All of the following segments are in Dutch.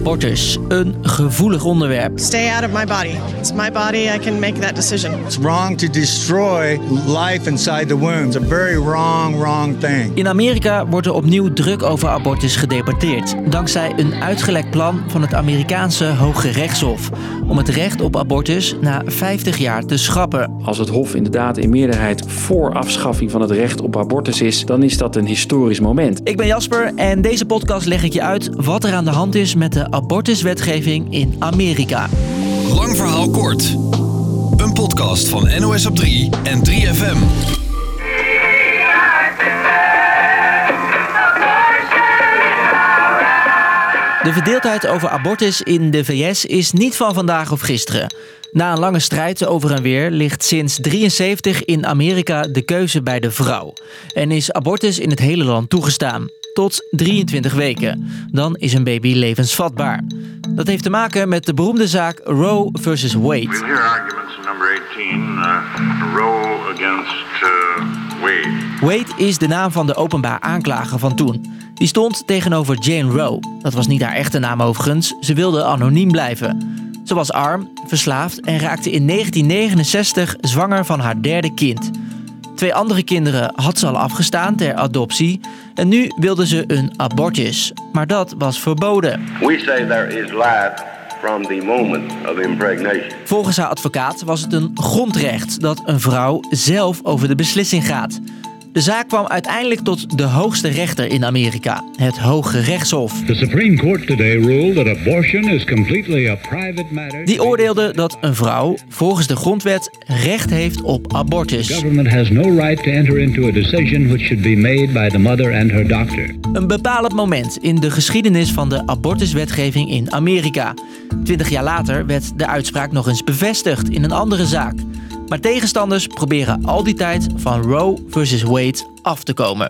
Abortus, een gevoelig onderwerp. Stay out of my body. It's my body. I can make that decision. It's wrong to destroy life inside the womb. It's a very wrong thing. In Amerika wordt er opnieuw druk over abortus gedebatteerd, dankzij een uitgelekt plan van het Amerikaanse Hoge Rechtshof om het recht op abortus na 50 jaar te schrappen. Als het Hof inderdaad in meerderheid voor afschaffing van het recht op abortus is, dan is dat een historisch moment. Ik ben Jasper en deze podcast leg ik je uit wat er aan de hand is met de abortuswetgeving in Amerika. Lang verhaal kort. Een podcast van NOS op 3 en 3FM. De verdeeldheid over abortus in de VS is niet van vandaag of gisteren. Na een lange strijd over en weer ligt sinds 1973 in Amerika de keuze bij de vrouw. En is abortus in het hele land toegestaan. Tot 23 weken. Dan is een baby levensvatbaar. Dat heeft te maken met de beroemde zaak Roe versus Wade. We'll hear arguments number 18, Roe against Wade. Wade is de naam van de openbaar aanklager van toen. Die stond tegenover Jane Roe. Dat was niet haar echte naam overigens. Ze wilde anoniem blijven. Ze was arm, verslaafd en raakte in 1969 zwanger van haar derde kind. 2 andere kinderen had ze al afgestaan ter adoptie en nu wilde ze een abortus. Maar dat was verboden. We say there is life from the moment of impregnation. Volgens haar advocaat was het een grondrecht dat een vrouw zelf over de beslissing gaat. De zaak kwam uiteindelijk tot de hoogste rechter in Amerika, het Hoge Rechtshof. The Supreme Court today ruled that abortion is completely a private matter. Die oordeelde dat een vrouw volgens de grondwet recht heeft op abortus. The government has no right to enter into a decision which should be made by the mother and her doctor. Een bepalend moment in de geschiedenis van de abortuswetgeving in Amerika. 20 jaar later werd de uitspraak nog eens bevestigd in een andere zaak. Maar tegenstanders proberen al die tijd van Roe versus Wade af te komen.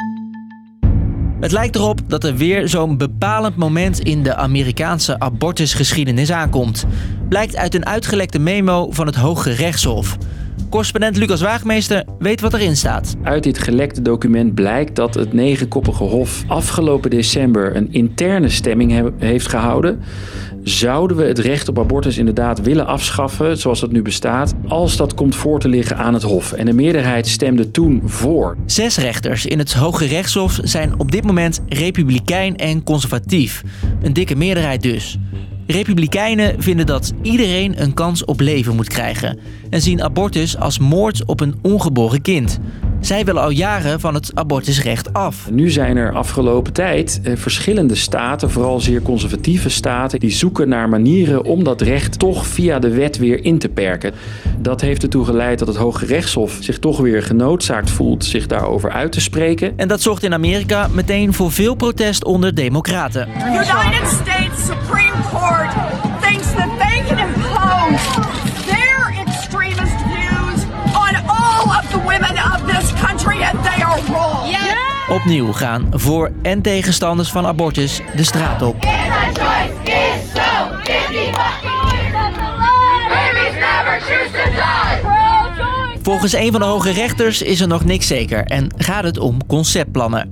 Het lijkt erop dat er weer zo'n bepalend moment in de Amerikaanse abortusgeschiedenis aankomt. Blijkt uit een uitgelekte memo van het Hoge Rechtshof. Correspondent Lucas Waagmeester weet wat erin staat. Uit dit gelekte document blijkt dat het 9-koppige hof afgelopen december een interne stemming heeft gehouden. Zouden we het recht op abortus inderdaad willen afschaffen, zoals dat nu bestaat, als dat komt voor te liggen aan het Hof? En de meerderheid stemde toen voor. 6 rechters in het Hoge Rechtshof zijn op dit moment republikein en conservatief. Een dikke meerderheid dus. Republikeinen vinden dat iedereen een kans op leven moet krijgen en zien abortus als moord op een ongeboren kind. Zij willen al jaren van het abortusrecht af. Nu zijn er afgelopen tijd verschillende staten, vooral zeer conservatieve staten, die zoeken naar manieren om dat recht toch via de wet weer in te perken. Dat heeft ertoe geleid dat het Hoge Rechtshof zich toch weer genoodzaakt voelt zich daarover uit te spreken. En dat zorgt in Amerika meteen voor veel protest onder democraten. The United States Supreme Court thinks that they can impose their extremist views on all of the women of this country and they are wrong. Yeah. Opnieuw gaan voor- en tegenstanders van abortus de straat op. Volgens een van de hoge rechters is er nog niks zeker en gaat het om conceptplannen.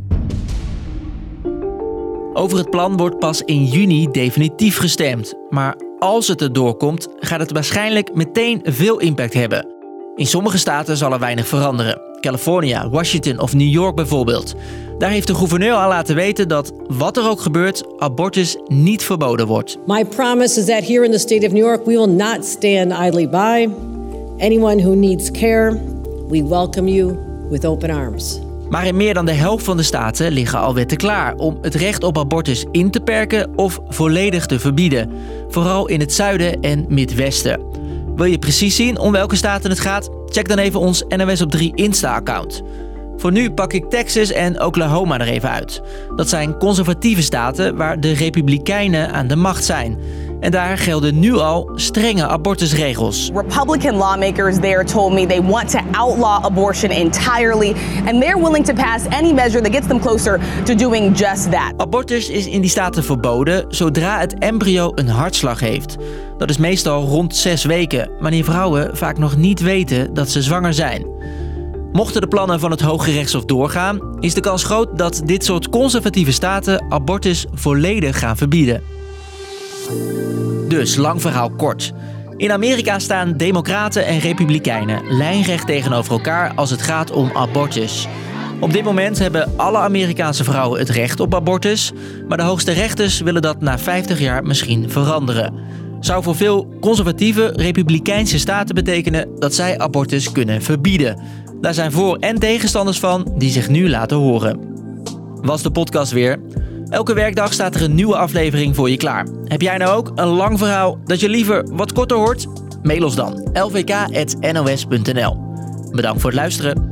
Over het plan wordt pas in juni definitief gestemd. Maar als het erdoor komt, gaat het waarschijnlijk meteen veel impact hebben. In sommige staten zal er weinig veranderen. California, Washington of New York bijvoorbeeld. Daar heeft de gouverneur al laten weten dat, wat er ook gebeurt, abortus niet verboden wordt. My promise is that here in the state of New York we will not stand idly by. Anyone who needs care, we welcome you with open arms. Maar in meer dan de helft van de staten liggen al wetten klaar om het recht op abortus in te perken of volledig te verbieden. Vooral in het zuiden en Midwesten. Wil je precies zien om welke staten het gaat? Check dan even ons NOS op 3 Insta-account. Voor nu pak ik Texas en Oklahoma er even uit. Dat zijn conservatieve staten waar de republikeinen aan de macht zijn. En daar gelden nu al strenge abortusregels. Republican lawmakers there told me they want to outlaw abortion entirely and they're willing to pass any measure that gets them closer to doing just that. Abortus is in die staten verboden zodra het embryo een hartslag heeft. Dat is meestal rond 6 weken, wanneer vrouwen vaak nog niet weten dat ze zwanger zijn. Mochten de plannen van het Hoge Rechtshof doorgaan, is de kans groot dat dit soort conservatieve staten abortus volledig gaan verbieden. Dus, lang verhaal kort. In Amerika staan democraten en republikeinen lijnrecht tegenover elkaar als het gaat om abortus. Op dit moment hebben alle Amerikaanse vrouwen het recht op abortus, maar de hoogste rechters willen dat na 50 jaar misschien veranderen. Zou voor veel conservatieve republikeinse staten betekenen dat zij abortus kunnen verbieden. Daar zijn voor- en tegenstanders van die zich nu laten horen. Was de podcast weer. Elke werkdag staat er een nieuwe aflevering voor je klaar. Heb jij nou ook een lang verhaal dat je liever wat korter hoort? Mail ons dan lvk@nos.nl. Bedankt voor het luisteren.